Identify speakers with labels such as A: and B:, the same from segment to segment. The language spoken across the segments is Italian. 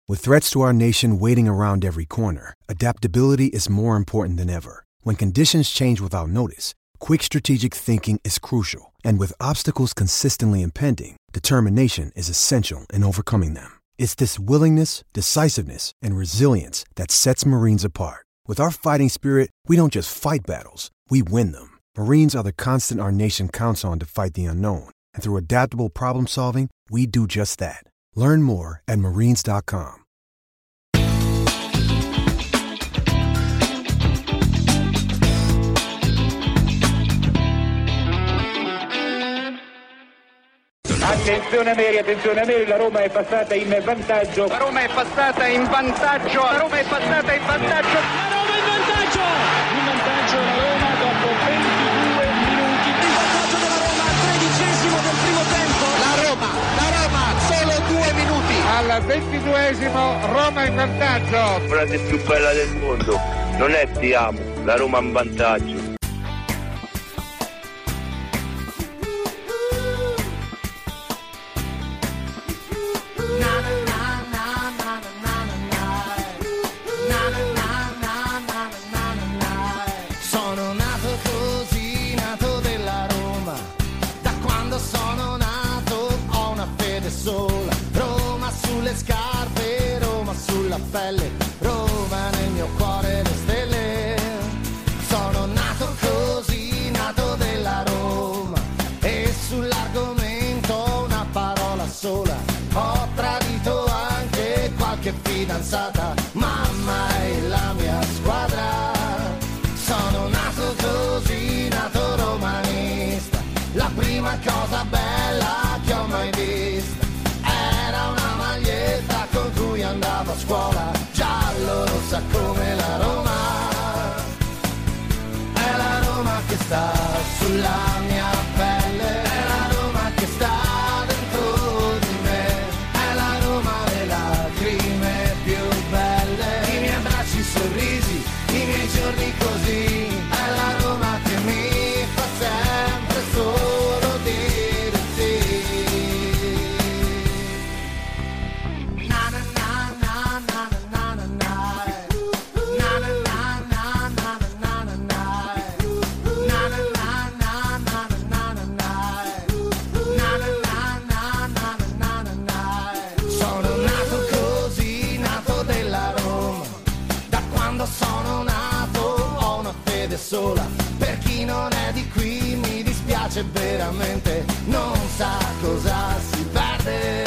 A: With threats to our nation waiting around every corner, adaptability is more important than ever. When conditions change without notice, quick strategic thinking is crucial. And with obstacles consistently impending, determination is essential in overcoming them. It's this willingness, decisiveness, and resilience that sets Marines apart. With our fighting spirit, we don't just fight battles, we win them. Marines are the constant our nation counts on to fight the unknown. And through adaptable problem solving, we do just that. Learn more at marines.com.
B: Attenzione Ameri, la Roma è passata in vantaggio.
C: La Roma è passata in vantaggio. La Roma è passata in vantaggio.
D: La Roma in vantaggio. In vantaggio la Roma dopo 22 minuti. In vantaggio della Roma al 13° del primo tempo.
C: La Roma, solo 2 minuti.
B: Al 22esimo Roma in vantaggio.
E: La frase più bella del mondo non è ti amo, la Roma in vantaggio.
F: Pelle, Roma nel mio cuore le stelle. Sono nato così, nato della Roma. E sull'argomento una parola sola. Ho tradito anche qualche fidanzata. Mamma è la mia squadra. Sono nato così, nato romanista. La prima cosa bella che ho mai vista era una maglietta con cui andavo a scuola, giallo rossa come la Roma. È la Roma che sta sulla mia pelle, è la Roma che sta dentro di me, è la Roma le lacrime più belle, i miei abbracci, i sorrisi, i miei giorni così, è la Roma che mi fa sempre solo dire sì. Sono nato, ho una fede sola. Per chi non è di qui mi dispiace veramente, non sa cosa si perde.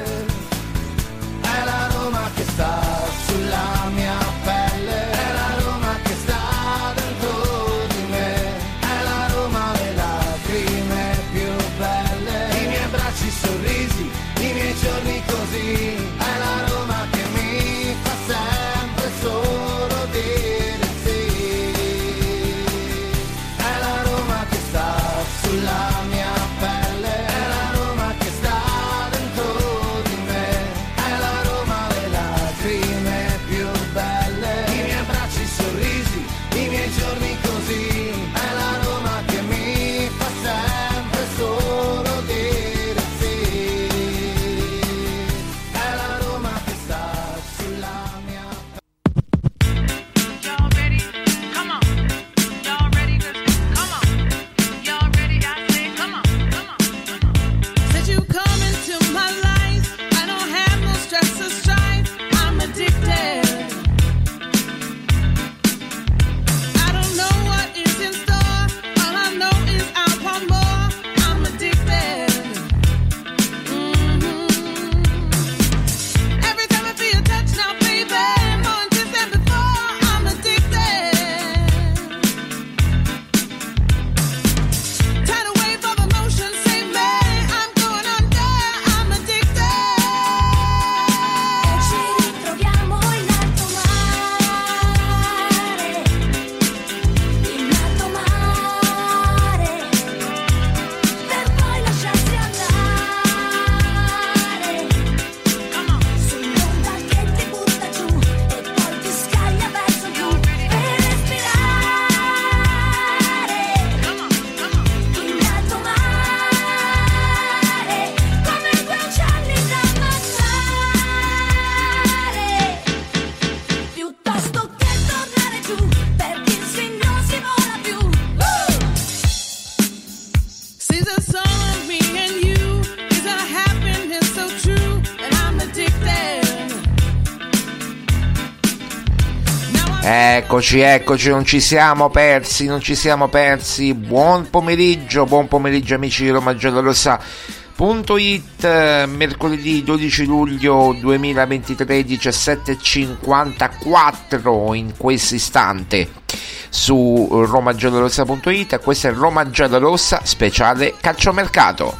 F: È la Roma che sta sulla mia pelle, è la Roma che sta dentro di me, è la Roma le lacrime più belle, i miei abbracci, i sorrisi, i miei giorni così, è la Roma che mi fa sempre solo dire sì. È la Roma che sta sulla mia pelle, è la Roma che sta
G: Eccoci, non ci siamo persi. Buon pomeriggio amici di RomaGiallorossa.it, mercoledì 12 luglio 2023, 17:54 in questo istante su RomaGiallorossa.it. Questo è Roma Giallorossa speciale calciomercato.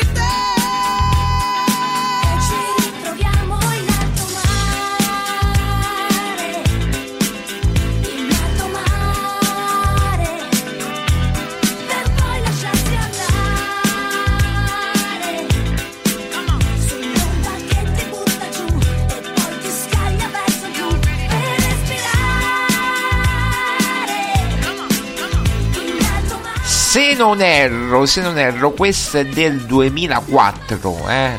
G: Se non erro, questo è del 2004,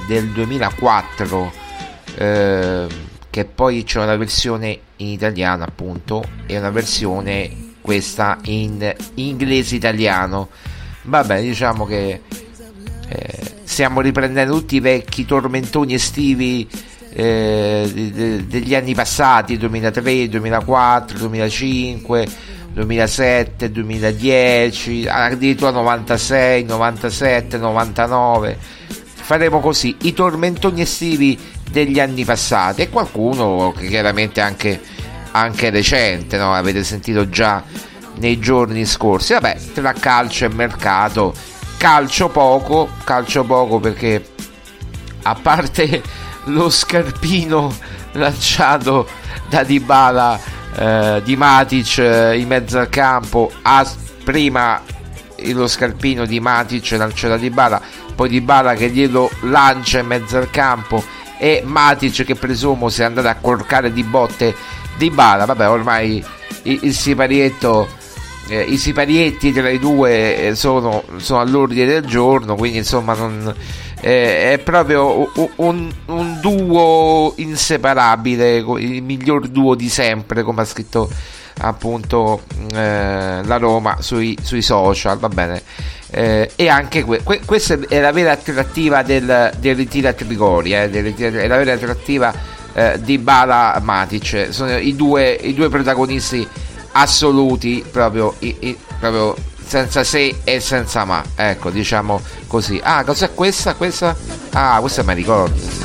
G: che poi c'è una versione in italiano, appunto, e una versione questa in inglese italiano. Vabbè, diciamo che stiamo riprendendo tutti i vecchi tormentoni estivi degli anni passati, 2003, 2004, 2005, 2007, 2010, addirittura 96, 97, 99. Faremo così i tormentoni estivi degli anni passati e qualcuno che chiaramente anche recente, no? Avete sentito già nei giorni scorsi. Vabbè, tra calcio e mercato, calcio poco perché a parte lo scarpino lanciato da Dybala di Matic in mezzo al campo, prima lo scarpino di Matic lanciato da Dybala, poi Dybala che glielo lancia in mezzo al campo e Matic che presumo sia andato a corcare di botte Dybala. Vabbè, ormai i siparietti tra i due sono all'ordine del giorno, quindi insomma è proprio un duo inseparabile, il miglior duo di sempre, come ha scritto appunto la Roma sui social, va bene. E anche questa è la vera attrattiva del ritiro a Trigori, è la vera attrattiva di Dybala Matic, sono i due protagonisti assoluti, proprio senza se e senza ma, ecco, diciamo così. Cos'è questa? Questa mi ricordo.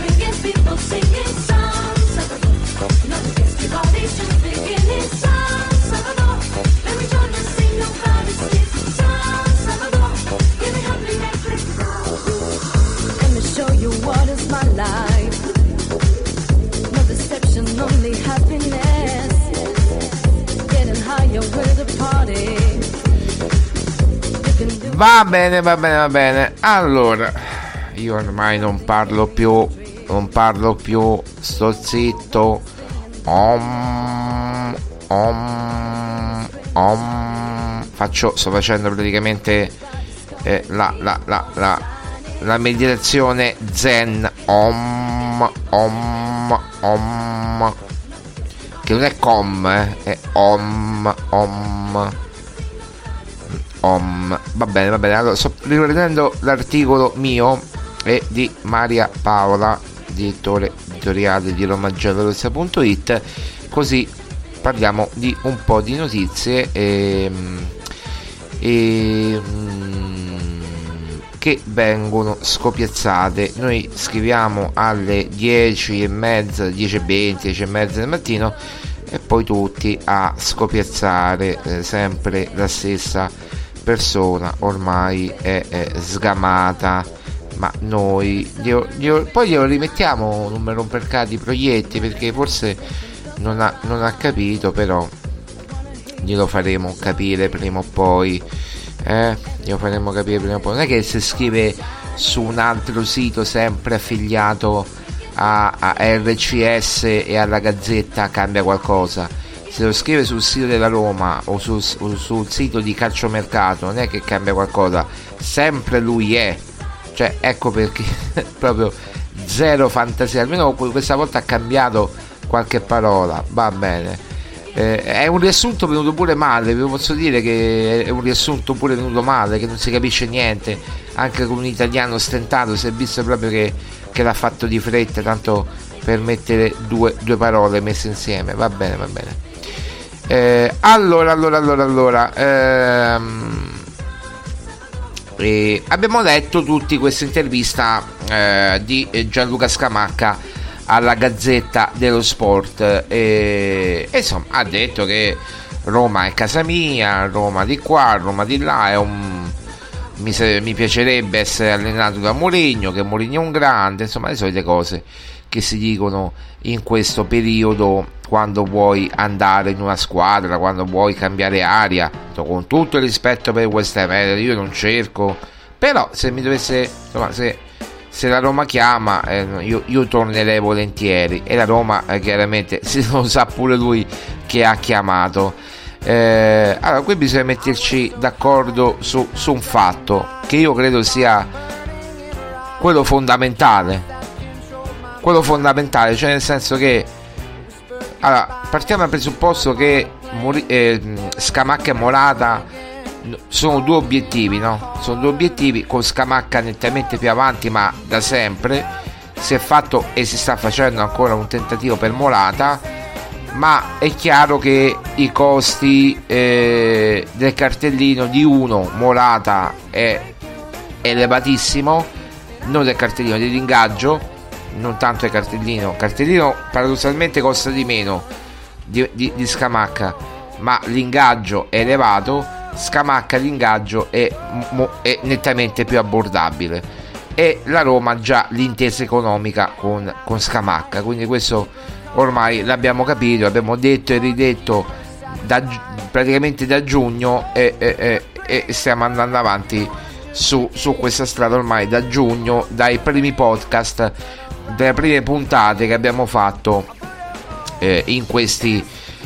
G: Va bene. Allora, io ormai non parlo più, sto zitto. Sto facendo praticamente la meditazione zen. Che non è è va bene. Allora, sto riprendendo l'articolo mio e di Maria Paola, direttore editoriale di RomaGiallorossa.it, così parliamo di un po' di notizie che vengono scopiazzate. Noi scriviamo alle 10:30, 10:20, 10:30 del mattino e poi tutti a scopiazzare, sempre la stessa persona ormai è sgamata, ma noi poi glielo rimettiamo, non mi romper i proietti, perché forse non ha capito, però glielo faremo capire prima o poi, non è che se scrive su un altro sito sempre affiliato a RCS e alla Gazzetta cambia qualcosa. Se lo scrive sul sito della Roma o sul sito di calciomercato non è che cambia qualcosa, sempre lui è, cioè ecco perché proprio zero fantasia. Almeno questa volta ha cambiato qualche parola, va bene. È un riassunto venuto pure male, vi posso dire che è un riassunto pure venuto male, che non si capisce niente, anche con un italiano stentato si è visto proprio che l'ha fatto di fretta, tanto per mettere due parole messe insieme. Va bene. Allora abbiamo letto tutti questa intervista di Gianluca Scamacca alla Gazzetta dello Sport, e insomma ha detto che Roma è casa mia, Roma di qua, Roma di là, mi piacerebbe essere allenato da Mourinho, che Mourinho è un grande, insomma le solite cose che si dicono in questo periodo quando vuoi andare in una squadra, quando vuoi cambiare aria. Con tutto il rispetto per West Ham, io non cerco, però se mi dovesse, insomma, se la Roma chiama, io tornerei volentieri, e la Roma chiaramente lo sa pure lui che ha chiamato. Allora qui bisogna metterci d'accordo su un fatto che io credo sia quello fondamentale, cioè nel senso che, allora, partiamo dal presupposto che Scamacca e Morata sono due obiettivi, no? Sono due obiettivi, con Scamacca nettamente più avanti, ma da sempre si è fatto e si sta facendo ancora un tentativo per Morata, ma è chiaro che i costi del cartellino di uno, Morata, è elevatissimo, non del cartellino, dell'ingaggio, non tanto il cartellino paradossalmente costa di meno di Scamacca, ma l'ingaggio è elevato. Scamacca l'ingaggio è nettamente più abbordabile, e la Roma già l'intesa economica con Scamacca, quindi questo ormai l'abbiamo capito, abbiamo detto e ridetto praticamente da giugno, e stiamo andando avanti su questa strada ormai da giugno, dai primi podcast, dalle prime puntate che abbiamo fatto in queste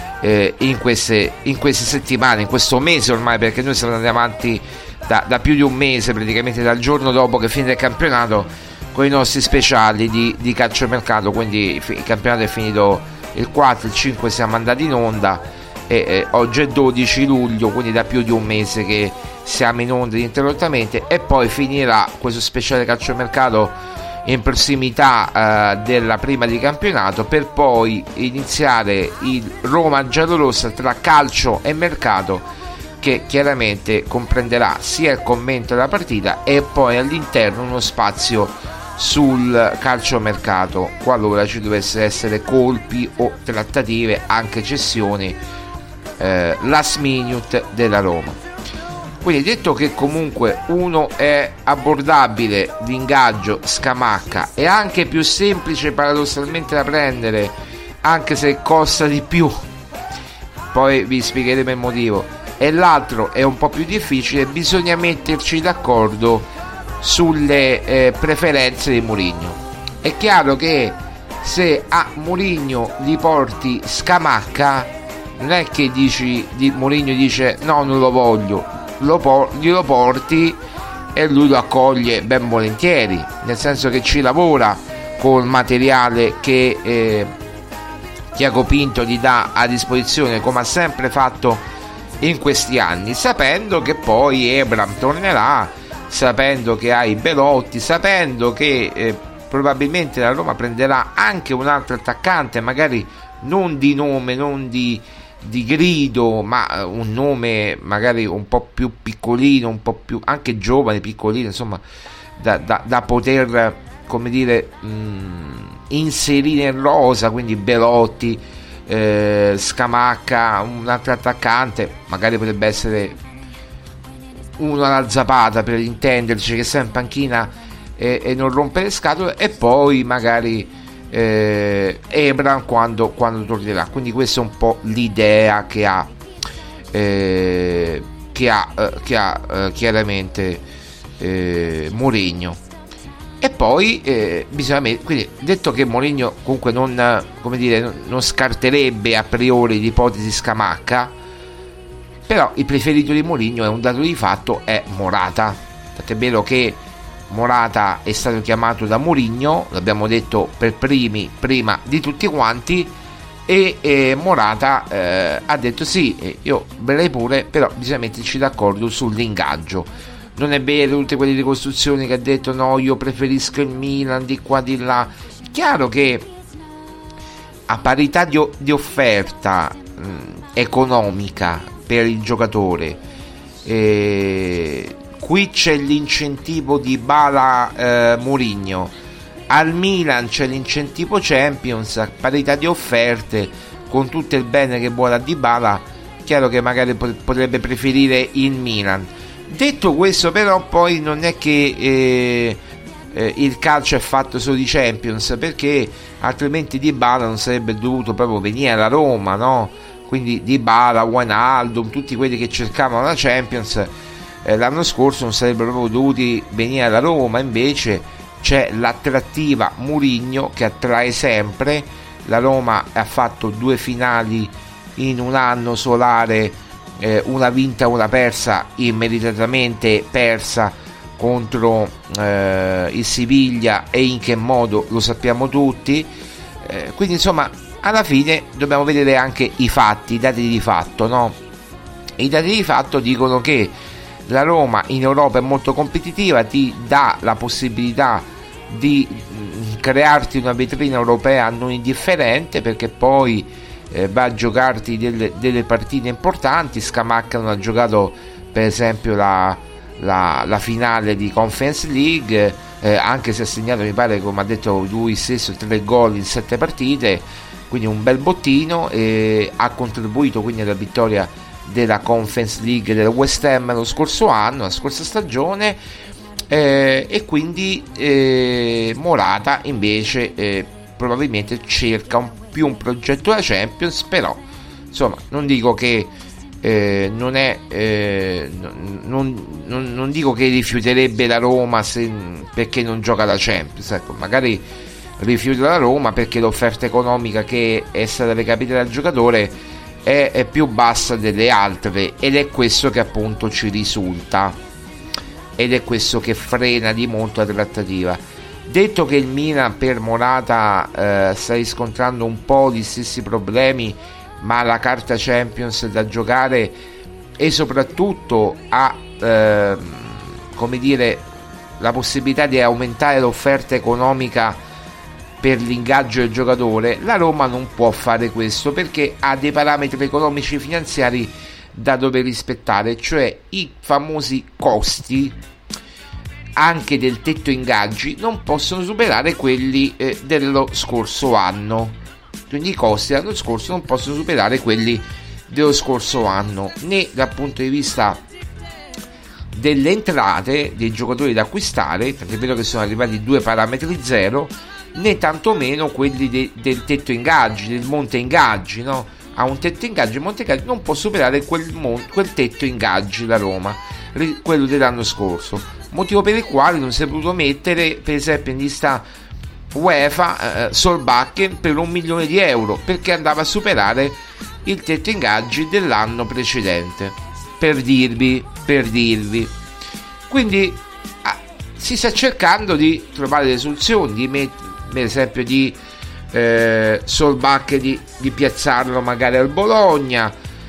G: settimane, in questo mese ormai, perché noi stiamo andando avanti da più di un mese, praticamente dal giorno dopo che finita il campionato, con i nostri speciali di calciomercato. Quindi il campionato è finito il 4, il 5 siamo andati in onda, e oggi è 12 luglio, quindi da più di un mese che siamo in onda ininterrottamente, e poi finirà questo speciale calciomercato in prossimità della prima di campionato, per poi iniziare il Roma giallorossa tra calcio e mercato, che chiaramente comprenderà sia il commento della partita e poi all'interno uno spazio sul calciomercato, qualora ci dovesse essere colpi o trattative, anche cessioni last minute della Roma. Quindi, detto che comunque uno è abbordabile, l'ingaggio Scamacca è anche più semplice paradossalmente da prendere, anche se costa di più, poi vi spiegheremo il motivo, e l'altro è un po' più difficile, bisogna metterci d'accordo sulle preferenze di Mourinho. È chiaro che se a Mourinho gli porti Scamacca, non è che Mourinho dice no, non lo voglio, glielo porti e lui lo accoglie ben volentieri, nel senso che ci lavora col materiale che Tiago Pinto gli dà a disposizione, come ha sempre fatto in questi anni, sapendo che poi Ebram tornerà, sapendo che hai Belotti, sapendo che probabilmente la Roma prenderà anche un altro attaccante, magari non di nome, non di grido, ma un nome magari un po' più piccolino, un po' più anche giovane, piccolino, insomma, da poter, come dire, inserire in rosa. Quindi Belotti, Scamacca, un altro attaccante, magari potrebbe essere uno alla Zapata, per intenderci, che sta in panchina e non rompe le scatole, e poi magari Ebram quando tornerà. Quindi questa è un po' l'idea che ha chiaramente Mourinho. E poi bisogna quindi, detto che Mourinho comunque non scarterebbe a priori l'ipotesi Scamacca, però il preferito di Mourinho, è un dato di fatto, è Morata. Tant'è vero che Morata è stato chiamato da Mourinho, l'abbiamo detto per prima di tutti quanti, e Morata ha detto sì, io verrei pure, però bisogna metterci d'accordo sull'ingaggio. Non è vero tutte quelle ricostruzioni che ha detto no, io preferisco il Milan di qua di là. È chiaro che a parità di offerta economica per il giocatore. Qui c'è l'incentivo di Dybala, Mourinho, al Milan c'è l'incentivo Champions, a parità di offerte, con tutto il bene che vuole a Dybala, chiaro che magari potrebbe preferire il Milan. Detto questo, però, poi non è che il calcio è fatto solo di Champions, perché altrimenti Dybala non sarebbe dovuto proprio venire alla Roma, no? Quindi Dybala, Wijnaldum, tutti quelli che cercavano la Champions l'anno scorso non sarebbero proprio dovuti venire alla Roma. Invece c'è l'attrattiva Mourinho che attrae sempre. La Roma ha fatto 2 finali in un anno solare, una vinta, una persa, immeritatamente persa contro il Siviglia, e in che modo lo sappiamo tutti. Quindi insomma, alla fine dobbiamo vedere anche i fatti, i dati di fatto, no? I dati di fatto dicono che la Roma in Europa è molto competitiva, ti dà la possibilità di crearti una vetrina europea non indifferente, perché poi va a giocarti delle partite importanti. Scamacca non ha giocato per esempio la finale di Conference League, anche se ha segnato, mi pare, come ha detto lui stesso, 3 gol in 7 partite, quindi un bel bottino, e ha contribuito quindi alla vittoria della Conference League del West Ham lo scorso anno, la scorsa stagione. E quindi Morata invece probabilmente cerca un progetto da Champions, però insomma non dico che non dico che rifiuterebbe la Roma perché non gioca la Champions. Ecco, magari rifiuta la Roma perché l'offerta economica che è stata recapitata dal giocatore è più bassa delle altre, ed è questo che appunto ci risulta, ed è questo che frena di molto la trattativa. Detto che il Milan per Morata sta riscontrando un po' gli stessi problemi, ma la carta Champions da giocare, e soprattutto ha come dire, la possibilità di aumentare l'offerta economica per l'ingaggio del giocatore, la Roma non può fare questo perché ha dei parametri economici finanziari da dover rispettare, cioè i famosi costi anche del tetto ingaggi non possono superare quelli dello scorso anno. Quindi i costi dell'anno scorso non possono superare quelli dello scorso anno, né dal punto di vista delle entrate dei giocatori da acquistare, tant'è vero che sono arrivati 2 parametri zero, né tantomeno quelli del tetto ingaggi, del monte ingaggi, no? Ha un tetto ingaggi, il monte ingaggi non può superare quel tetto ingaggi la Roma, quello dell'anno scorso, motivo per il quale non si è potuto mettere per esempio in lista UEFA Solbakken per 1 milione di euro, perché andava a superare il tetto ingaggi dell'anno precedente, per dirvi. Quindi si sta cercando di trovare le soluzioni, per esempio di Solbakken di piazzarlo magari al Bologna,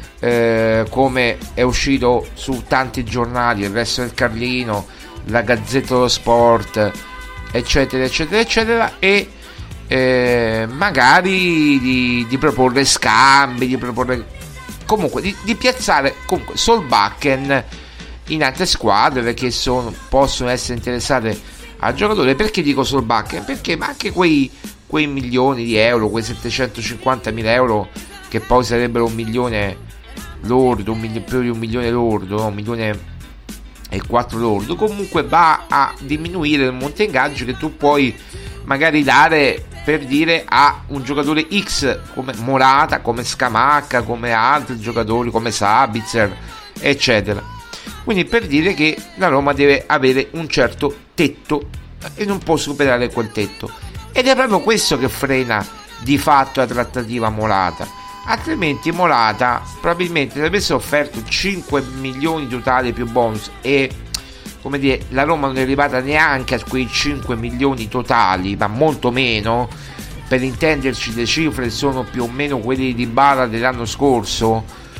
G: come è uscito su tanti giornali, il Resto del Carlino, la Gazzetta dello Sport, eccetera, e magari di proporre scambi, di proporre comunque di piazzare comunque Solbakken in altre squadre che possono essere interessate al giocatore. Perché dico Solbakken? Perché anche quei milioni di euro, quei 750.000 euro, che poi sarebbero 1 milione lordo, più di 1 milione lordo, no? 1 milione e 4 lordo, comunque va a diminuire il monte ingaggio che tu puoi magari dare, per dire, a un giocatore X come Morata, come Scamacca, come altri giocatori come Sabitzer, eccetera. Quindi per dire che la Roma deve avere un certo tetto e non può superare quel tetto, ed è proprio questo che frena di fatto la trattativa Morata. Altrimenti Morata probabilmente se avesse offerto 5 milioni totali più bonus, e come dire, la Roma non è arrivata neanche a quei 5 milioni totali, ma molto meno, per intenderci le cifre sono più o meno quelli di Dybala dell'anno scorso,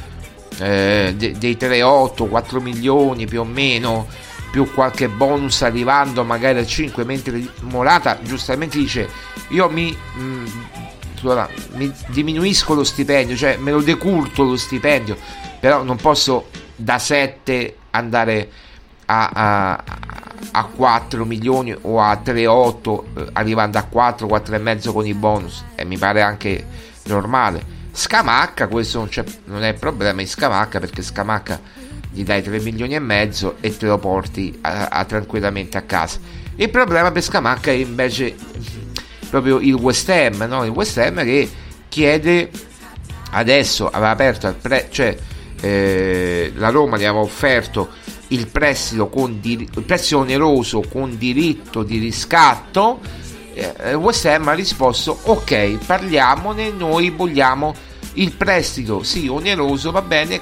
G: dei 3,8, 4 milioni più o meno, più qualche bonus arrivando magari a 5, mentre Morata giustamente dice io allora mi diminuisco lo stipendio, cioè me lo decurto lo stipendio, però non posso da 7 andare a 4 milioni o a 3,8 arrivando a 4 e mezzo con i bonus, e mi pare anche normale. Scamacca, questo non è problema in Scamacca, perché Scamacca gli dai 3 milioni e mezzo e te lo porti tranquillamente a casa. Il problema per Scamacca è invece proprio il West Ham, no? Il West Ham che chiede adesso, aveva aperto la Roma gli aveva offerto il prestito il prestito oneroso con diritto di riscatto. West Ham ha risposto: ok, parliamone, noi vogliamo il prestito, sì, oneroso, va bene,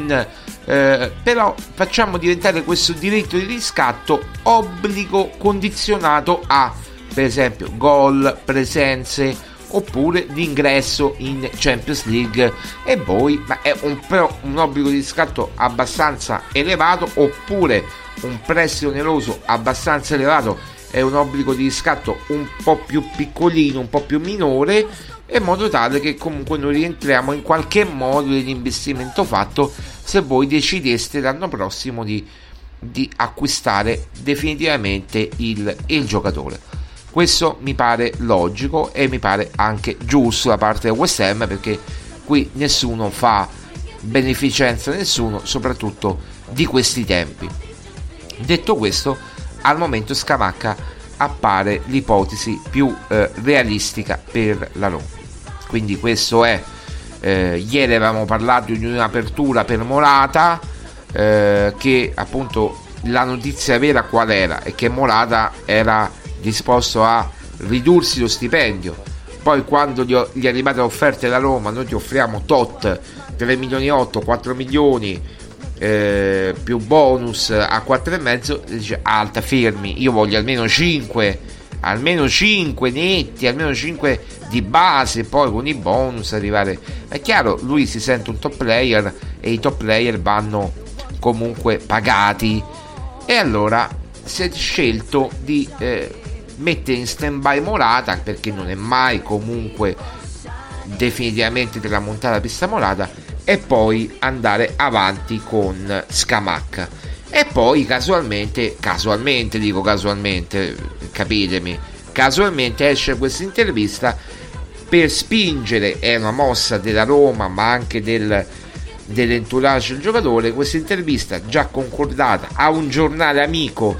G: però facciamo diventare questo diritto di riscatto obbligo condizionato a, per esempio, gol, presenze oppure l'ingresso in Champions League. E poi, ma è però un obbligo di riscatto abbastanza elevato, oppure un prestito oneroso abbastanza elevato è un obbligo di riscatto un po' più piccolino, un po' più minore, in modo tale che comunque noi rientriamo in qualche modo dell'investimento fatto, se voi decideste l'anno prossimo di acquistare definitivamente il giocatore. Questo mi pare logico e mi pare anche giusto da parte del West Ham, perché qui nessuno fa beneficenza a nessuno, soprattutto di questi tempi. Detto questo, al momento Scamacca appare l'ipotesi più realistica per la Roma. Quindi questo è, ieri avevamo parlato di un'apertura per Morata, che appunto la notizia vera qual era? È che Morata era disposto a ridursi lo stipendio. Poi quando gli è arrivata l'offerta della Roma: noi ti offriamo tot, 3 milioni 8, 4 milioni più bonus a 4,5, dice: alta, fermi, io voglio almeno 5 netti, almeno 5 di base, poi con i bonus arrivare. È chiaro, lui si sente un top player e i top player vanno comunque pagati, e allora si è scelto di mettere in stand by Morata, perché non è mai comunque definitivamente tramontata la pista Morata, e poi andare avanti con Scamacca. E poi casualmente, capitemi, casualmente esce questa intervista per spingere, è una mossa della Roma ma anche dell'entourage del giocatore, questa intervista già concordata a un giornale amico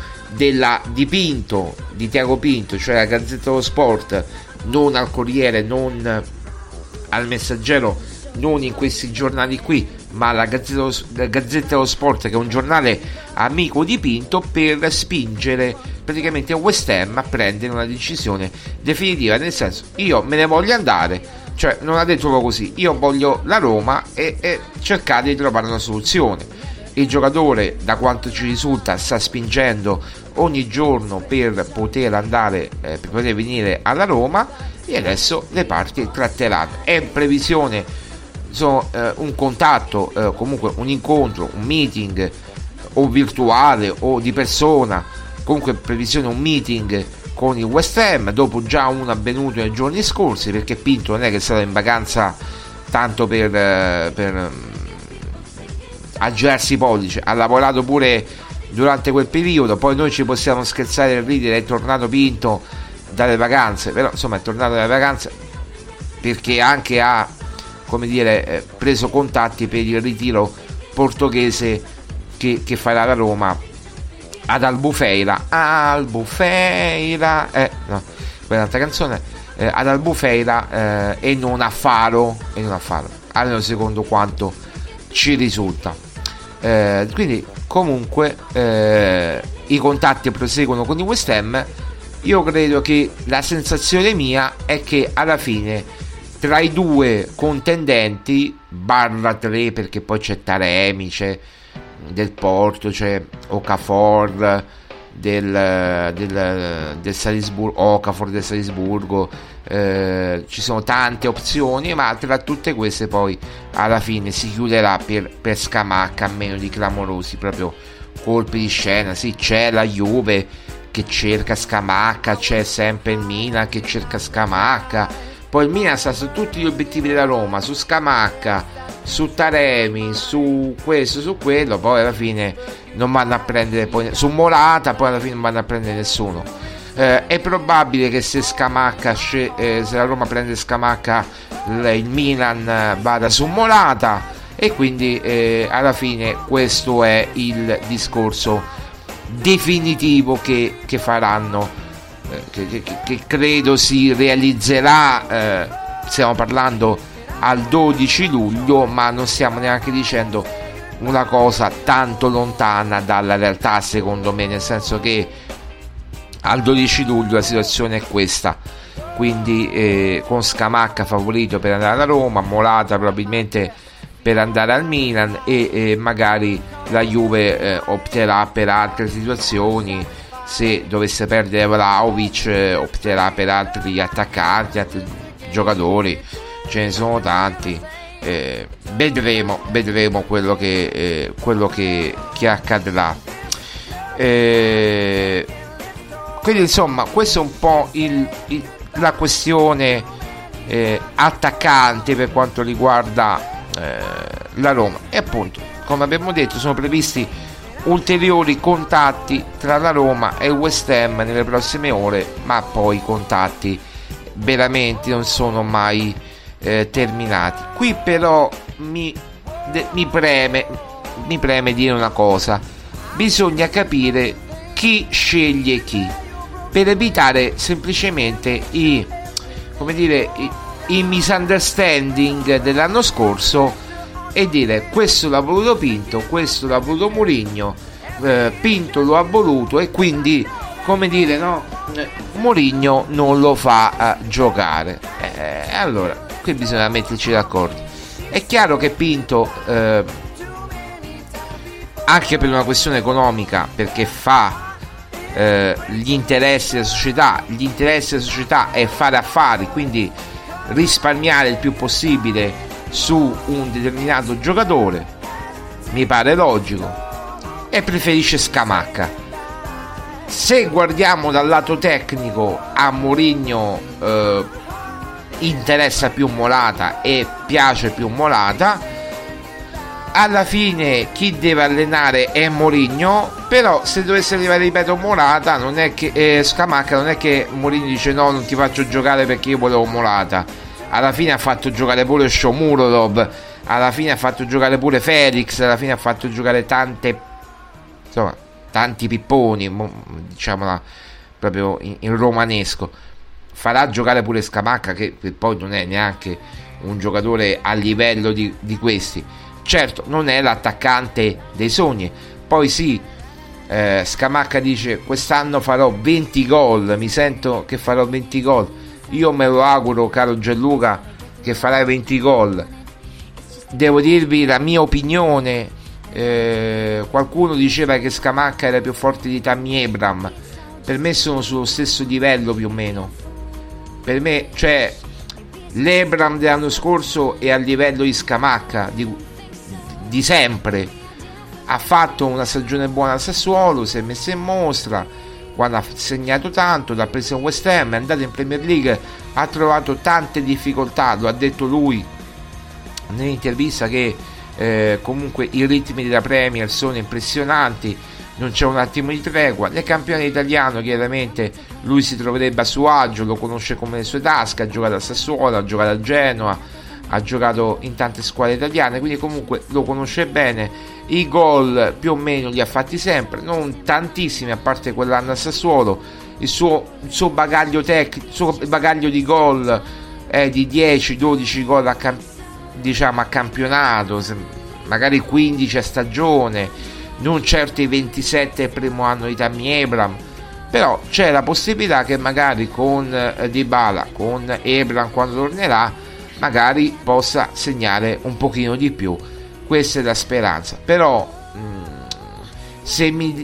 G: di Tiago Pinto, cioè la Gazzetta dello Sport, non al Corriere, non al Messaggero, non in questi giornali qui, ma la Gazzetta dello Sport, che è un giornale amico di Pinto, per spingere praticamente West Ham a prendere una decisione definitiva, nel senso: io me ne voglio andare, cioè non ha detto proprio così, io voglio la Roma, e cercare di trovare una soluzione. Il giocatore, da quanto ci risulta, sta spingendo ogni giorno per poter andare, per poter venire alla Roma, e adesso le parti tratteranno. È in previsione un contatto, comunque un incontro, un meeting, o virtuale o di persona, comunque in previsione un meeting con il West Ham, dopo già uno avvenuto nei giorni scorsi, perché Pinto non è che è stato in vacanza tanto per aggirarsi i pollici, ha lavorato pure durante quel periodo. Poi noi ci possiamo scherzare e ridere: è tornato Pinto dalle vacanze, però insomma è tornato dalle vacanze perché anche ha, come dire, preso contatti per il ritiro portoghese che farà la Roma ad Albufeira, no, quell'altra canzone, ad Albufeira, e non a Faro, almeno secondo quanto ci risulta. Quindi comunque i contatti proseguono con il West Ham. Io credo che la sensazione mia è che alla fine tra i due contendenti /3, perché poi c'è Taremi, c'è del Porto, c'è Okafor del Salisburgo, ci sono tante opzioni, ma tra tutte queste poi alla fine si chiuderà per Scamacca, a meno di clamorosi proprio colpi di scena. Sì, c'è la Juve che cerca Scamacca, c'è sempre il Milan che cerca Scamacca, Poi il Milan sta su tutti gli obiettivi della Roma, su Scamacca, su Taremi, su questo, su quello, poi alla fine non vanno a prendere, poi su Morata, poi alla fine non vanno a prendere nessuno. È probabile che se Scamacca se la Roma prende Scamacca, il Milan vada su Morata, e quindi alla fine questo è il discorso definitivo che faranno, che credo si realizzerà. Stiamo parlando al 12 luglio, ma non stiamo neanche dicendo una cosa tanto lontana dalla realtà, secondo me, nel senso che al 12 luglio la situazione è questa, quindi con Scamacca favorito per andare alla Roma, Morata probabilmente per andare al Milan, e magari la Juve opterà per altre situazioni. Se dovesse perdere Vlahovic, opterà per altri attaccanti, altri giocatori, ce ne sono tanti. Vedremo quello che accadrà. Quindi insomma, questo è un po' la questione attaccante per quanto riguarda la Roma. E appunto, come abbiamo detto, sono previsti ulteriori contatti tra la Roma e il West Ham nelle prossime ore, ma poi i contatti veramente non sono mai terminati. Qui però mi preme dire una cosa: bisogna capire chi sceglie chi, per evitare semplicemente i misunderstanding dell'anno scorso, e dire questo l'ha voluto Pinto, questo l'ha voluto Mourinho, Pinto lo ha voluto e quindi, come dire, no, Mourinho non lo fa giocare. Allora qui bisogna metterci d'accordo. È chiaro che Pinto, anche per una questione economica, perché fa gli interessi della società, è fare affari, quindi risparmiare il più possibile su un determinato giocatore, mi pare logico, e preferisce Scamacca. Se guardiamo dal lato tecnico, a Mourinho interessa più Morata e piace più Morata. Alla fine chi deve allenare è Mourinho, però se dovesse arrivare, ripeto, Morata, non è che Scamacca, non è che Mourinho dice no, non ti faccio giocare perché io volevo Morata. Alla fine ha fatto giocare pure Shomurodov, alla fine ha fatto giocare pure Felix, alla fine ha fatto giocare tanti pipponi, diciamola proprio in romanesco. Farà giocare pure Scamacca, che poi non è neanche un giocatore a livello di questi. Certo, non è l'attaccante dei sogni. Poi sì, Scamacca dice quest'anno farò 20 gol, mi sento che farò 20 gol. Io me lo auguro, caro Gianluca, che farai 20 gol. Devo dirvi la mia opinione. Qualcuno diceva che Scamacca era più forte di Tammy Abraham. Per me sono sullo stesso livello più o meno. Per me, cioè, l'Abraham dell'anno scorso è a livello di Scamacca di sempre. Ha fatto una stagione buona al Sassuolo, si è messo in mostra quando ha segnato tanto, l'ha preso in West Ham, è andato in Premier League, ha trovato tante difficoltà, lo ha detto lui nell'intervista, che comunque i ritmi della Premier sono impressionanti, non c'è un attimo di tregua. Nel campionato italiano chiaramente lui si troverebbe a suo agio, lo conosce come le sue tasche, ha giocato a Sassuolo, ha giocato a Genoa, ha giocato in tante squadre italiane, quindi comunque lo conosce bene. I gol più o meno li ha fatti sempre, non tantissimi, a parte quell'anno a Sassuolo. Il suo bagaglio tecnico, il suo bagaglio di gol è di 10-12 gol a campionato, magari 15 a stagione, non certo i 27 il primo anno di Tammy Abraham. Però c'è la possibilità che magari con Dybala, con Abraham quando tornerà, magari possa segnare un pochino di più. Questa è la speranza. Però se mi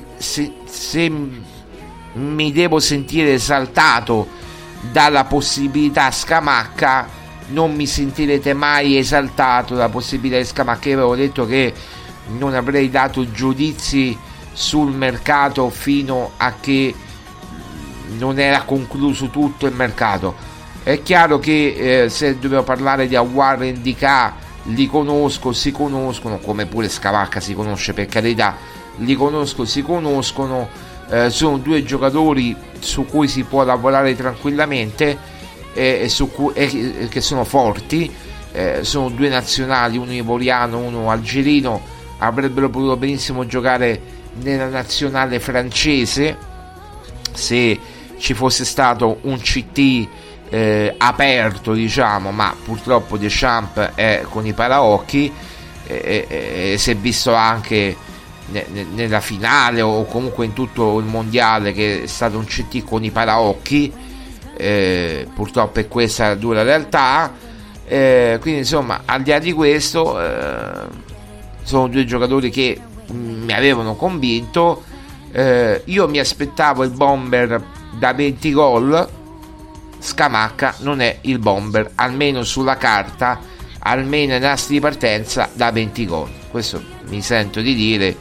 G: devo sentire esaltato dalla possibilità Scamacca, non mi sentirete mai esaltato dalla possibilità di Scamacca. Io avevo detto che non avrei dato giudizi sul mercato fino a che non era concluso tutto il mercato. È chiaro che se dobbiamo parlare di Aouar e Ndicà, si conoscono, come pure Scamacca si conosce, per carità, si conoscono, sono due giocatori su cui si può lavorare tranquillamente, che sono forti, sono due nazionali, uno ivoriano, uno algerino, avrebbero potuto benissimo giocare nella nazionale francese se ci fosse stato un CT aperto, diciamo, ma purtroppo Deschamps è con i paraocchi, si è visto anche nella finale o comunque in tutto il mondiale che è stato un CT con i paraocchi, purtroppo è questa la dura realtà, quindi insomma, al di là di questo, sono due giocatori che mi avevano convinto. Io mi aspettavo il bomber da 20 gol. Scamacca non è il bomber, almeno sulla carta, almeno ai nastri di partenza, da 20 gol. Questo mi sento di dire.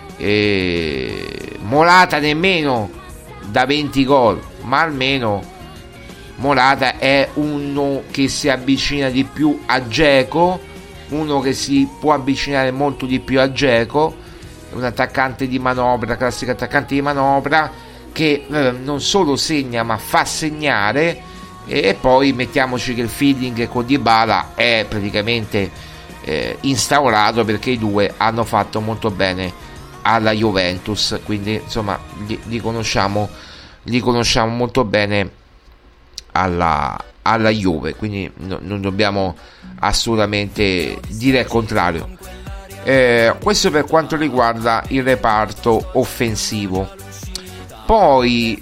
G: Morata nemmeno da 20 gol, ma almeno Morata è uno che si avvicina di più a Dzeko, uno che si può avvicinare molto di più a Dzeko, un attaccante di manovra, classico attaccante di manovra, che non solo segna ma fa segnare, e poi mettiamoci che il feeling con Dybala è praticamente instaurato, perché i due hanno fatto molto bene alla Juventus, quindi insomma li conosciamo molto bene alla Juve, quindi non dobbiamo assolutamente dire il contrario. Questo per quanto riguarda il reparto offensivo. Poi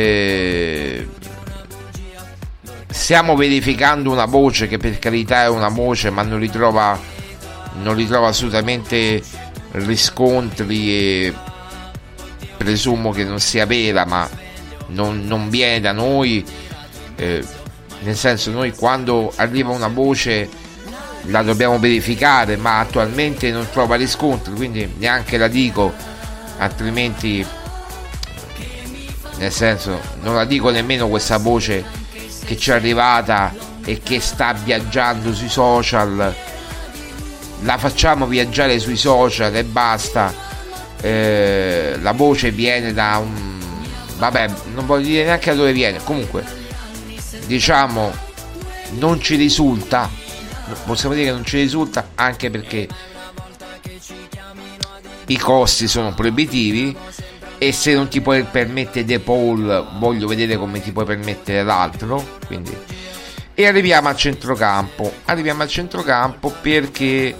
G: stiamo verificando una voce che per carità è una voce, ma non ritrova assolutamente riscontri, e presumo che non sia vera, ma non viene da noi, nel senso, noi quando arriva una voce la dobbiamo verificare, ma attualmente non trova riscontri, quindi neanche la dico, altrimenti, nel senso, non la dico nemmeno questa voce che ci è arrivata e che sta viaggiando sui social, la facciamo viaggiare sui social e basta. La voce viene da un, vabbè, non voglio dire neanche da dove viene, comunque diciamo non ci risulta, possiamo dire che non ci risulta, anche perché i costi sono proibitivi, e se non ti puoi permettere De Paul, voglio vedere come ti puoi permettere l'altro. Quindi, e arriviamo al centrocampo perché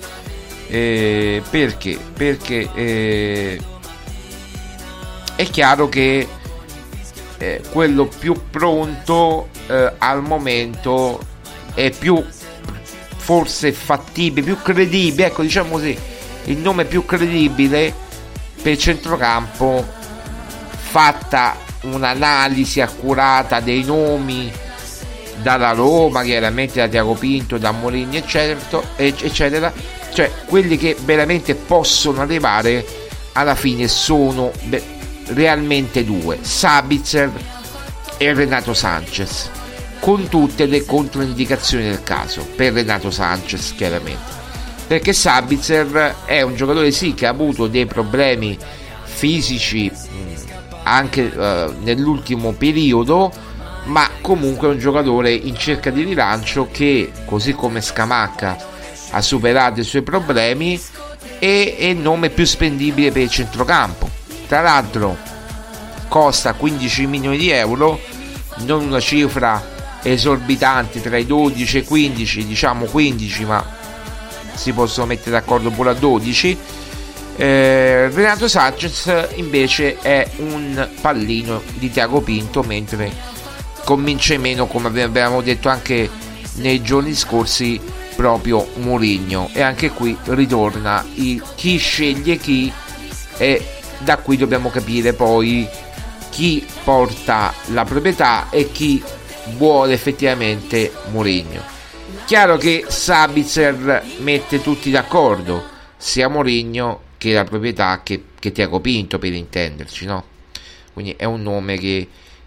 G: è chiaro che quello più pronto al momento è più forse fattibile, più credibile, ecco, diciamo così, il nome più credibile per centrocampo, fatta un'analisi accurata dei nomi dalla Roma, chiaramente da Tiago Pinto, da Mourinho, eccetera, cioè quelli che veramente possono arrivare alla fine sono realmente due: Sabitzer e Renato Sanchez, con tutte le controindicazioni del caso per Renato Sanchez, chiaramente, perché Sabitzer è un giocatore sì che ha avuto dei problemi fisici anche nell'ultimo periodo, ma comunque è un giocatore in cerca di rilancio che, così come Scamacca, ha superato i suoi problemi e è il nome più spendibile per il centrocampo. Tra l'altro costa 15 milioni di euro, non una cifra esorbitante, tra i 12 e i 15, diciamo 15, ma si possono mettere d'accordo pure a 12. Renato Sanchez invece è un pallino di Tiago Pinto, mentre convince meno, come abbiamo detto anche nei giorni scorsi, proprio Mourinho. E anche qui ritorna il chi sceglie chi, e da qui dobbiamo capire poi chi porta la proprietà e chi vuole effettivamente Mourinho. Chiaro che Sabitzer mette tutti d'accordo, sia Mourinho che la proprietà che Tiago Pinto, per intenderci, no? Quindi è un nome che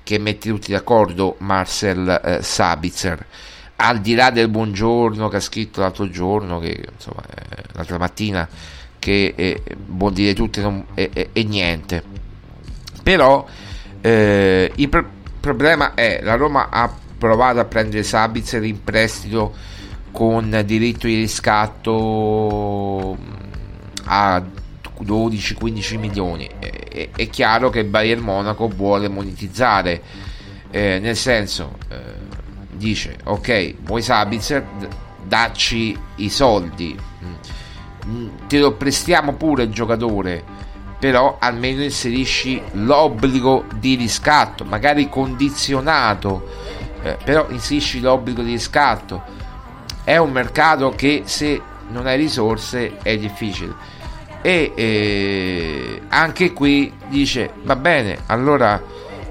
G: che mette tutti d'accordo Marcel Sabitzer, al di là del buongiorno che ha scritto l'altro giorno, che insomma l'altra mattina, che vuol dire tutto e niente. Però il problema è la Roma ha provato a prendere Sabitzer in prestito con diritto di riscatto a 12-15 milioni. È chiaro che Bayern Monaco vuole monetizzare, nel senso dice ok, vuoi Sabitzer, dacci i soldi, te lo prestiamo pure il giocatore, però almeno inserisci l'obbligo di riscatto, magari condizionato, però inserisci l'obbligo di riscatto. È un mercato che se non hai risorse è difficile, e anche qui dice va bene, allora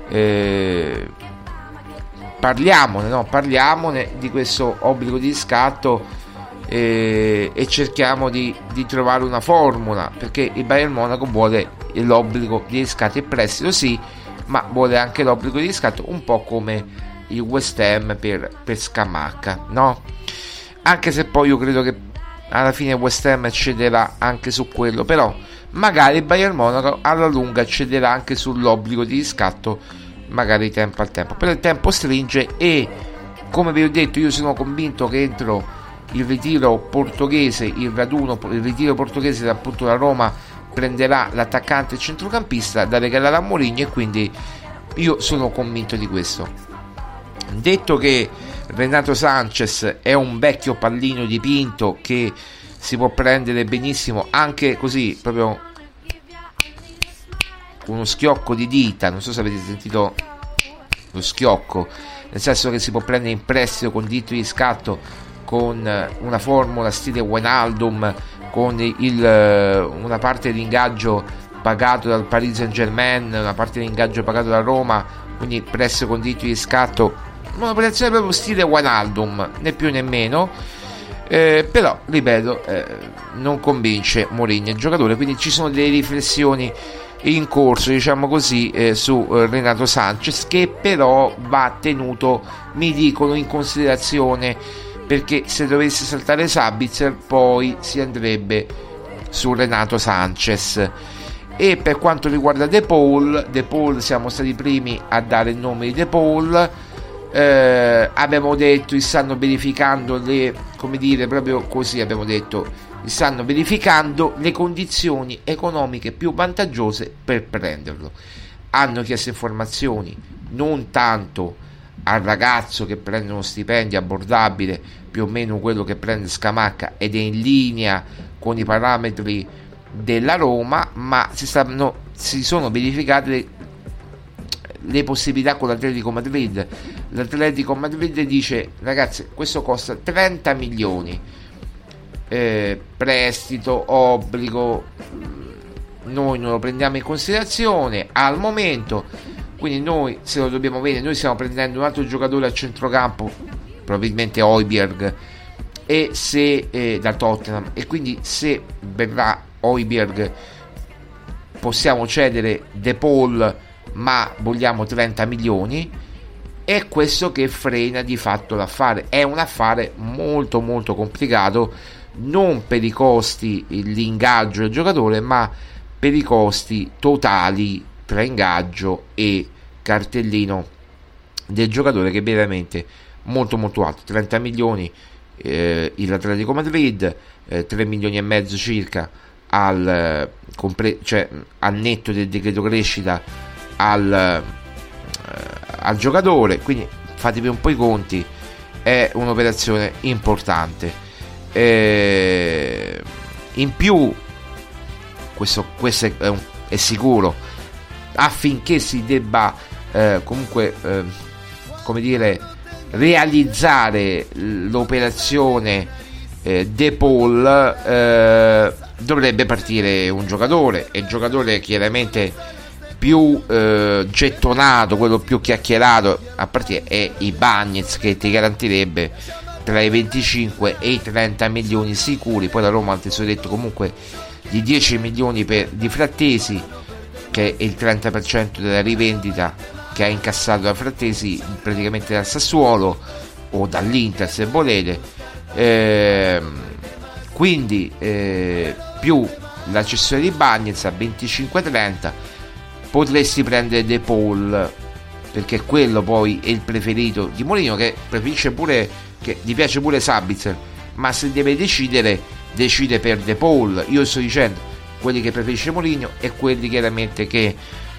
G: parliamone di questo obbligo di riscatto, e cerchiamo di trovare una formula, perché il Bayern Monaco vuole l'obbligo di riscatto e prestito sì, ma vuole anche l'obbligo di riscatto, un po' come il West Ham per Scamacca, no? Anche se poi io credo che alla fine West Ham cederà anche su quello, però magari il Bayern Monaco alla lunga cederà anche sull'obbligo di riscatto, magari tempo al tempo. Però il tempo stringe, e come vi ho detto io sono convinto che entro il ritiro portoghese, il ritiro portoghese, appunto la Roma prenderà l'attaccante e centrocampista da regalare a Mourinho, e quindi io sono convinto di questo. Detto che Renato Sanchez è un vecchio pallino dipinto che si può prendere benissimo anche così, proprio con uno schiocco di dita, non so se avete sentito lo schiocco, nel senso che si può prendere in prestito con diritto di scatto, con una formula stile Wijnaldum, con una parte di ingaggio pagato dal Paris Saint-Germain, una parte di ingaggio pagato da Roma, quindi prestito con diritto di scatto, un'operazione proprio stile Wijnaldum, né più né meno, però ripeto, non convince Mourinho il giocatore, quindi ci sono delle riflessioni in corso, diciamo così, su Renato Sanchez, che però va tenuto, mi dicono, in considerazione, perché se dovesse saltare Sabitzer poi si andrebbe su Renato Sanchez. E per quanto riguarda De Paul siamo stati i primi a dare il nome di De Paul. Abbiamo detto si stanno verificando stanno verificando le condizioni economiche più vantaggiose per prenderlo. Hanno chiesto informazioni non tanto al ragazzo che prende uno stipendio abbordabile, più o meno quello che prende Scamacca, ed è in linea con i parametri della Roma, ma si sono verificate le possibilità con l'Atletico Madrid. L'Atletico Madrid dice: ragazzi, questo costa 30 milioni, prestito, obbligo, noi non lo prendiamo in considerazione al momento, quindi noi se lo dobbiamo vendere, noi stiamo prendendo un altro giocatore a centrocampo, probabilmente Højbjerg, e se da Tottenham, e quindi se verrà Højbjerg possiamo cedere De Paul, ma vogliamo 30 milioni. È questo che frena di fatto l'affare. È un affare molto molto complicato, non per i costi, l'ingaggio del giocatore, ma per i costi totali tra ingaggio e cartellino del giocatore, che è veramente molto molto alto. 30 milioni l'Atletico Madrid, 3 milioni e mezzo circa al netto del decreto crescita al giocatore, quindi fatevi un po' i conti, è un'operazione importante. In più questo è sicuro, affinché si debba realizzare l'operazione De Paul, dovrebbe partire un giocatore, e il giocatore chiaramente più gettonato, quello più chiacchierato a partire, è Ibañez, che ti garantirebbe tra i 25 e i 30 milioni sicuri. Poi la Roma ha detto comunque di 10 milioni di Frattesi, che è il 30% della rivendita, che che ha incassato la Frattesi praticamente dal Sassuolo o dall'Inter se volete, quindi più la cessione di Bagnez a 25-30 potresti prendere De Paul, perché quello poi è il preferito di Mourinho, che preferisce pure, che gli piace pure Sabitzer, ma se deve decidere decide per De Paul. Io sto dicendo quelli che preferisce Mourinho e quelli chiaramente che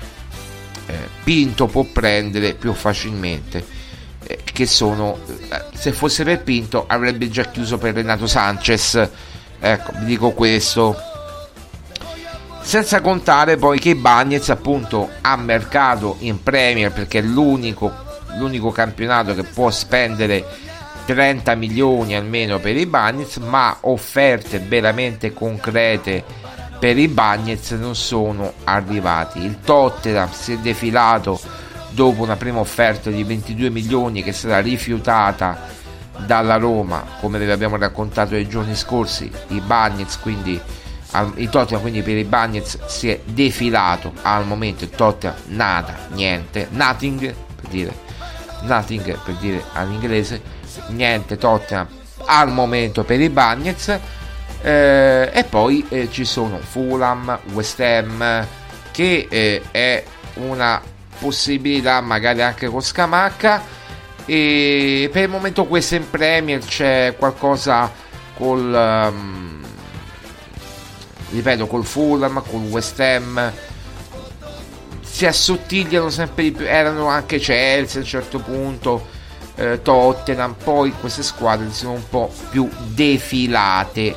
G: Pinto può prendere più facilmente, che sono, se fosse per Pinto avrebbe già chiuso per Renato Sanchez, ecco, vi dico questo. Senza contare poi che Bagnez appunto ha mercato in Premier, perché è l'unico campionato che può spendere 30 milioni almeno per i Bagnez, ma offerte veramente concrete per i Bagnez non sono arrivati. Il Tottenham si è defilato dopo una prima offerta di 22 milioni che è stata rifiutata dalla Roma, come vi abbiamo raccontato nei giorni scorsi. I Bagnez, quindi il Tottenham, quindi per i Bagnez si è defilato al momento. Il Tottenham nada, niente, nothing per dire all'inglese, niente Tottenham al momento per i Bagnez. E poi ci sono Fulham, West Ham, che è una possibilità magari anche con Scamacca, e per il momento questo in Premier. C'è qualcosa col Fulham, col West Ham, si assottigliano sempre di più. Erano anche Chelsea a un certo punto, Tottenham, poi queste squadre sono un po' più defilate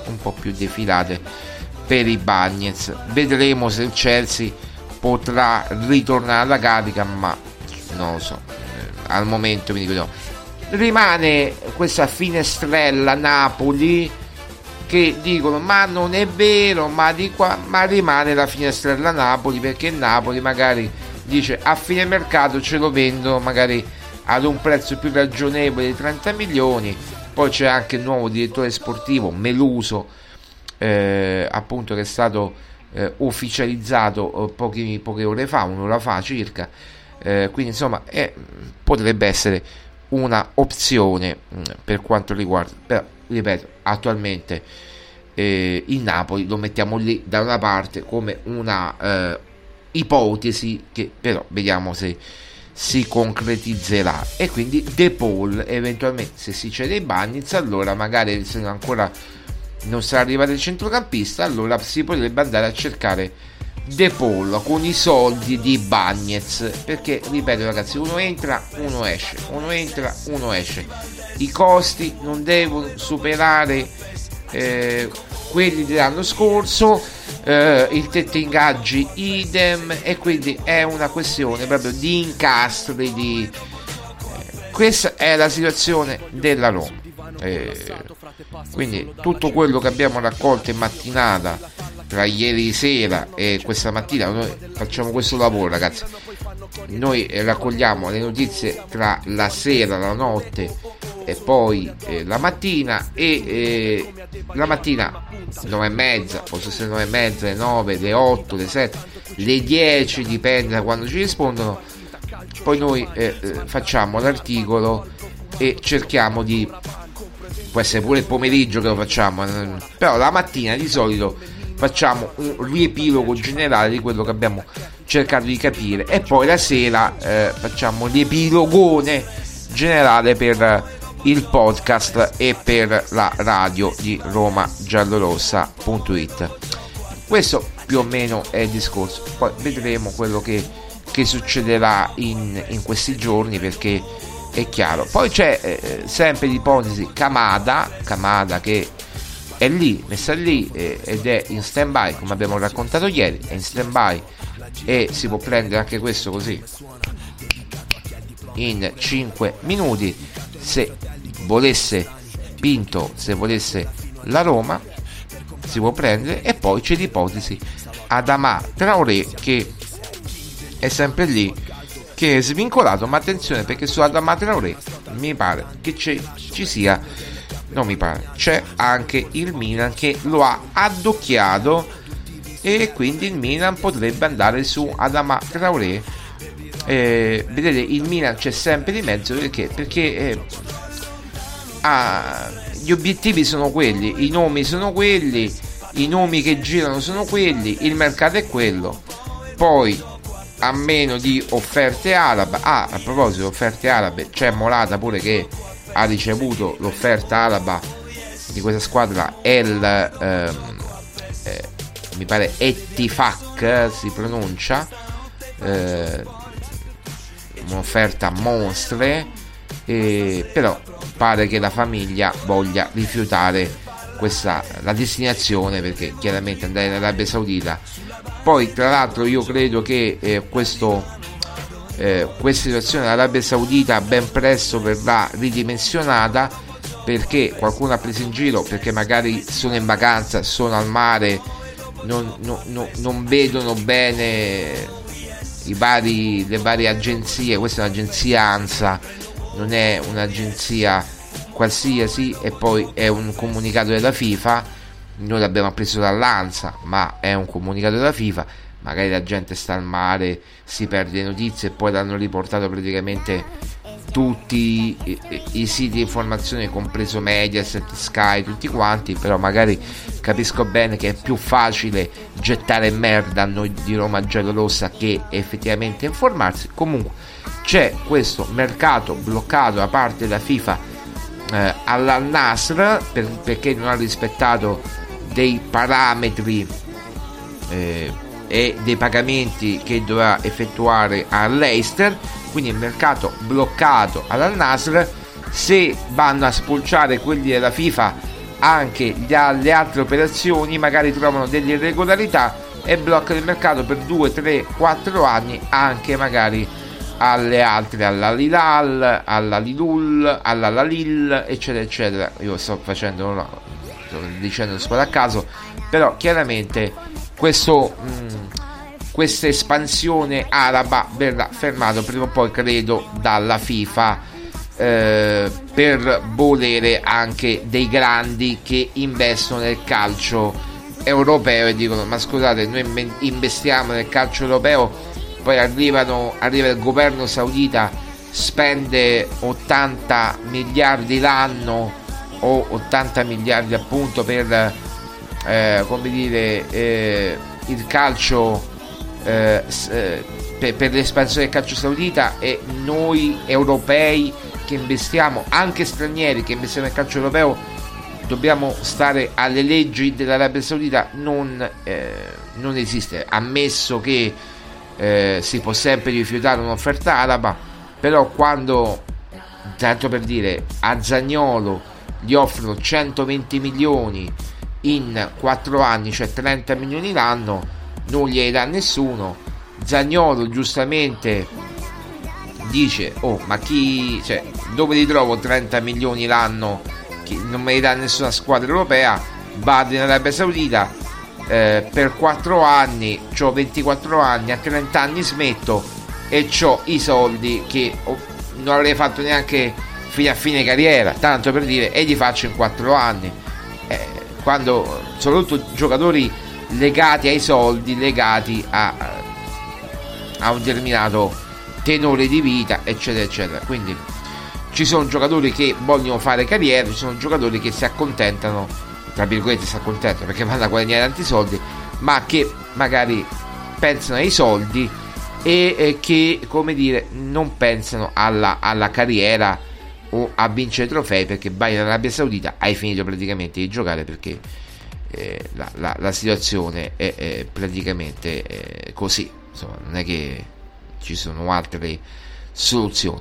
G: per i Bagnez. Vedremo se il Chelsea potrà ritornare alla carica, ma non lo so, al momento mi dico no. Rimane questa finestrella Napoli, che dicono ma non è vero, ma di qua, ma rimane la finestrella Napoli, perché Napoli magari dice a fine mercato ce lo vendono magari ad un prezzo più ragionevole di 30 milioni. Poi c'è anche il nuovo direttore sportivo Meluso, appunto, che è stato ufficializzato poche ore fa, un'ora fa circa, quindi insomma potrebbe essere una opzione per quanto riguarda, però ripeto, attualmente il Napoli lo mettiamo lì da una parte come una ipotesi che però vediamo se si concretizzerà. E quindi De Paul eventualmente, se si cede i Bagnez, allora magari se ancora non sarà arrivato il centrocampista, allora si potrebbe andare a cercare De Paul con i soldi di Bagnez, perché ripeto ragazzi, uno entra, uno esce, uno entra, uno esce. I costi non devono superare quelli dell'anno scorso, il tetto ingaggi idem, e quindi è una questione proprio di incastri, questa è la situazione della Roma. Quindi tutto quello che abbiamo raccolto in mattinata tra ieri sera e questa mattina, noi facciamo questo lavoro ragazzi, noi raccogliamo le notizie tra la sera, la notte e poi la mattina, e la mattina 9:30, posso essere 9:30, le 9, le 8, le 7, le 10, dipende da quando ci rispondono. Poi noi facciamo l'articolo e cerchiamo di, può essere pure il pomeriggio che lo facciamo, però la mattina di solito facciamo un riepilogo generale di quello che abbiamo cercato di capire, e poi la sera facciamo l'epilogone generale per il podcast e per la radio di romagiallorossa.it. Questo più o meno è il discorso, poi vedremo quello che succederà in questi giorni, perché è chiaro. Poi c'è sempre l'ipotesi Kamada che è lì, messa lì, ed è in stand by, come abbiamo raccontato ieri, è in stand by e si può prendere anche questo così in 5 minuti se volesse Pinto, se volesse la Roma si può prendere. E poi c'è l'ipotesi Adama Traoré, che è sempre lì, che è svincolato, ma attenzione, perché su Adama Traoré mi pare che ci sia, non mi pare, c'è anche il Milan che lo ha addocchiato, e quindi il Milan potrebbe andare su Adama Traoré vedete, il Milan c'è sempre di mezzo perché gli obiettivi sono quelli, i nomi sono quelli, i nomi che girano sono quelli, il mercato è quello. Poi, a meno di offerte arabe, a proposito offerte arabe, c'è Morata pure che ha ricevuto l'offerta araba di questa squadra, mi pare Ettifaq si pronuncia, un'offerta monstre, però pare che la famiglia voglia rifiutare la destinazione, perché chiaramente andare in Arabia Saudita. Poi tra l'altro io credo che questa situazione dell'Arabia Saudita ben presto verrà ridimensionata, perché qualcuno ha preso in giro perché magari sono in vacanza, sono al mare, non vedono bene le varie agenzie. Questa è un'agenzia ANSA, non è un'agenzia qualsiasi, e poi è un comunicato della FIFA. Noi l'abbiamo preso dall'ANSA, ma è un comunicato della FIFA. Magari la gente sta al mare, si perde le notizie, e poi l'hanno riportato praticamente tutti i siti di informazione, compreso Mediaset, Sky, tutti quanti. Però magari capisco bene che è più facile gettare merda a noi di Roma giallorossa che effettivamente informarsi. Comunque c'è questo mercato bloccato da parte della FIFA all'Al-Nassr perché non ha rispettato dei parametri e dei pagamenti che doveva effettuare all'Leicester. Quindi il mercato bloccato all'Al-Nassr. Se vanno a spulciare quelli della FIFA anche le altre operazioni, magari trovano delle irregolarità e bloccano il mercato per 2, 3, 4 anni anche magari alle altre, all'Al-Hilal, all'Al-Hilul, all'Al-Hilal, eccetera eccetera. Io sto dicendo squadra a caso, però chiaramente questa espansione araba verrà fermato prima o poi, credo, dalla FIFA, per volere anche dei grandi che investono nel calcio europeo e dicono: ma scusate, noi investiamo nel calcio europeo, poi arriva il governo saudita, spende 80 miliardi l'anno o 80 miliardi appunto per il calcio, per l'espansione del calcio saudita, e noi europei che investiamo, anche stranieri che investiamo nel calcio europeo, dobbiamo stare alle leggi dell'Arabia Saudita. Non esiste, ammesso che si può sempre rifiutare un'offerta araba. Però quando, tanto per dire, a Zaniolo gli offrono 120 milioni in 4 anni, cioè 30 milioni l'anno, non glieli dà nessuno. Zaniolo giustamente dice: oh, ma dove li trovo 30 milioni l'anno che non me li dà nessuna squadra europea? Vado in Arabia Saudita per 4 anni, c'ho 24 anni, a 30 anni smetto e c'ho i soldi che non avrei fatto neanche fino a fine carriera, tanto per dire, e li faccio in 4 anni. Quando soprattutto giocatori legati ai soldi, legati a un determinato tenore di vita, eccetera eccetera. Quindi ci sono giocatori che vogliono fare carriera, ci sono giocatori che si accontentano, tra virgolette si accontentano perché vanno a guadagnare tanti soldi, ma che magari pensano ai soldi e che, come dire, non pensano alla carriera o a vincere trofei, perché vai in Arabia Saudita, hai finito praticamente di giocare, perché la situazione è praticamente così. Insomma, non è che ci sono altre soluzioni.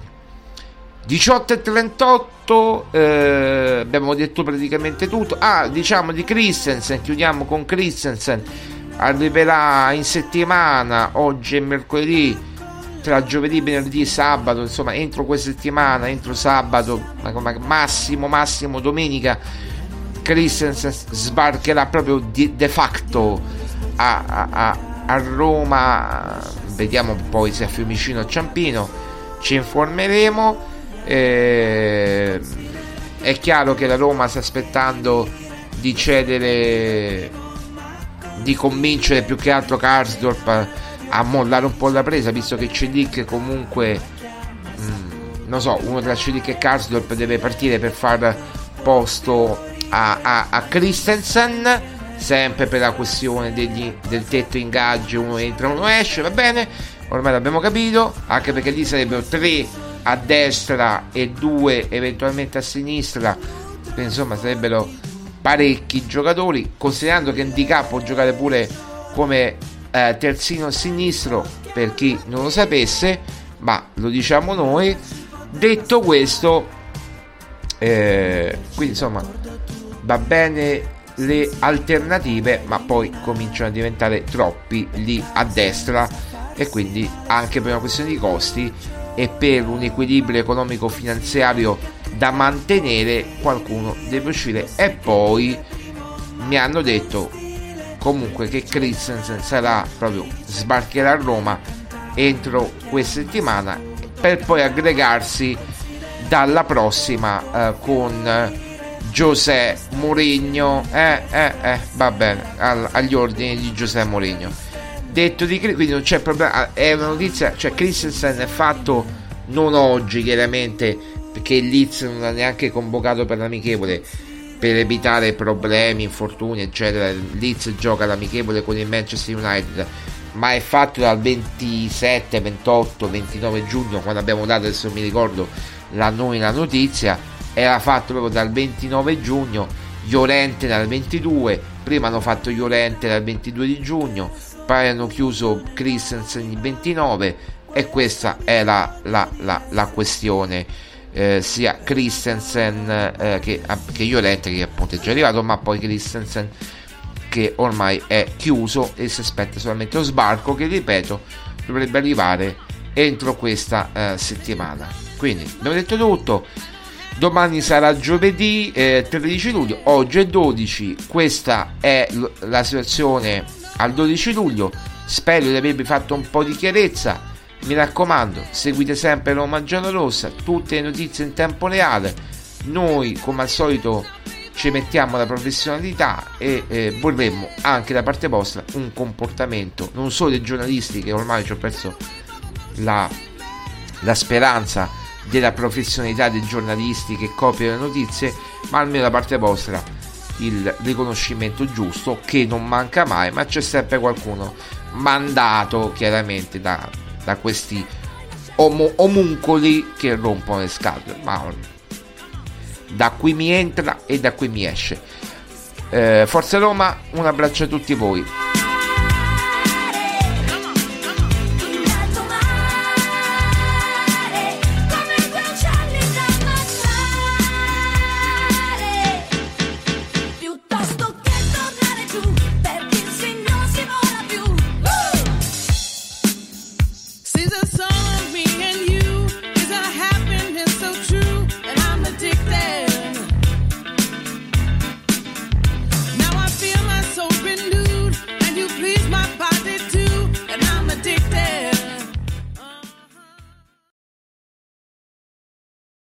G: 18:38, abbiamo detto praticamente tutto. Diciamo di Christensen, chiudiamo con Christensen. Arriverà in settimana, oggi è mercoledì, tra giovedì, venerdì e sabato, insomma entro questa settimana, entro sabato, massimo domenica, Christensen sbarcherà proprio de facto a Roma. Vediamo poi se a Fiumicino o a Ciampino, ci informeremo. È chiaro che la Roma sta aspettando di cedere, di convincere più che altro Karsdorp a mollare un po' la presa, visto che Celic comunque non so, uno tra Celic e Karsdorp deve partire per far posto a Christensen, sempre per la questione del tetto ingaggi, uno entra uno esce, va bene, ormai l'abbiamo capito, anche perché lì sarebbero 3 a destra e 2 eventualmente a sinistra, quindi insomma sarebbero parecchi giocatori, considerando che Ndicà può giocare pure come terzino sinistro, per chi non lo sapesse, ma lo diciamo noi. Detto questo, quindi insomma va bene le alternative, ma poi cominciano a diventare troppi lì a destra, e quindi anche per una questione di costi e per un equilibrio economico finanziario da mantenere, qualcuno deve uscire. E poi mi hanno detto comunque che Christensen sbarcherà a Roma entro questa settimana, per poi aggregarsi dalla prossima con José Mourinho, va bene, agli ordini di José Mourinho. Detto di quindi non c'è problema, è una notizia, cioè Christensen è fatto non oggi chiaramente, perché il Leeds non ha neanche convocato per l'amichevole per evitare problemi, infortuni eccetera. Il Leeds gioca l'amichevole con il Manchester United, ma è fatto dal 27, 28, 29 giugno, quando abbiamo dato, adesso mi ricordo la notizia, era fatto proprio dal 29 giugno, Llorente dal 22, prima hanno fatto Llorente dal 22 di giugno, poi hanno chiuso Christensen il 29, e questa è la questione, sia Christensen che Llorente, che appunto è già arrivato, ma poi Christensen che ormai è chiuso e si aspetta solamente lo sbarco, che ripeto dovrebbe arrivare entro questa settimana. Quindi abbiamo detto tutto. Domani sarà giovedì 13 luglio, oggi è 12, questa è la situazione al 12 luglio. Spero di avervi fatto un po' di chiarezza. Mi raccomando, seguite sempre Roma Giallorossa, tutte le notizie in tempo reale. Noi come al solito ci mettiamo la professionalità e vorremmo anche da parte vostra un comportamento non solo dei giornalisti, che ormai ci ho perso la speranza della professionalità dei giornalisti che copiano le notizie, ma almeno da parte vostra il riconoscimento giusto, che non manca mai, ma c'è sempre qualcuno mandato chiaramente da questi omuncoli che rompono le scatole, ma da qui mi entra e da qui mi esce. Forza Roma, un abbraccio a tutti voi.
H: Season song.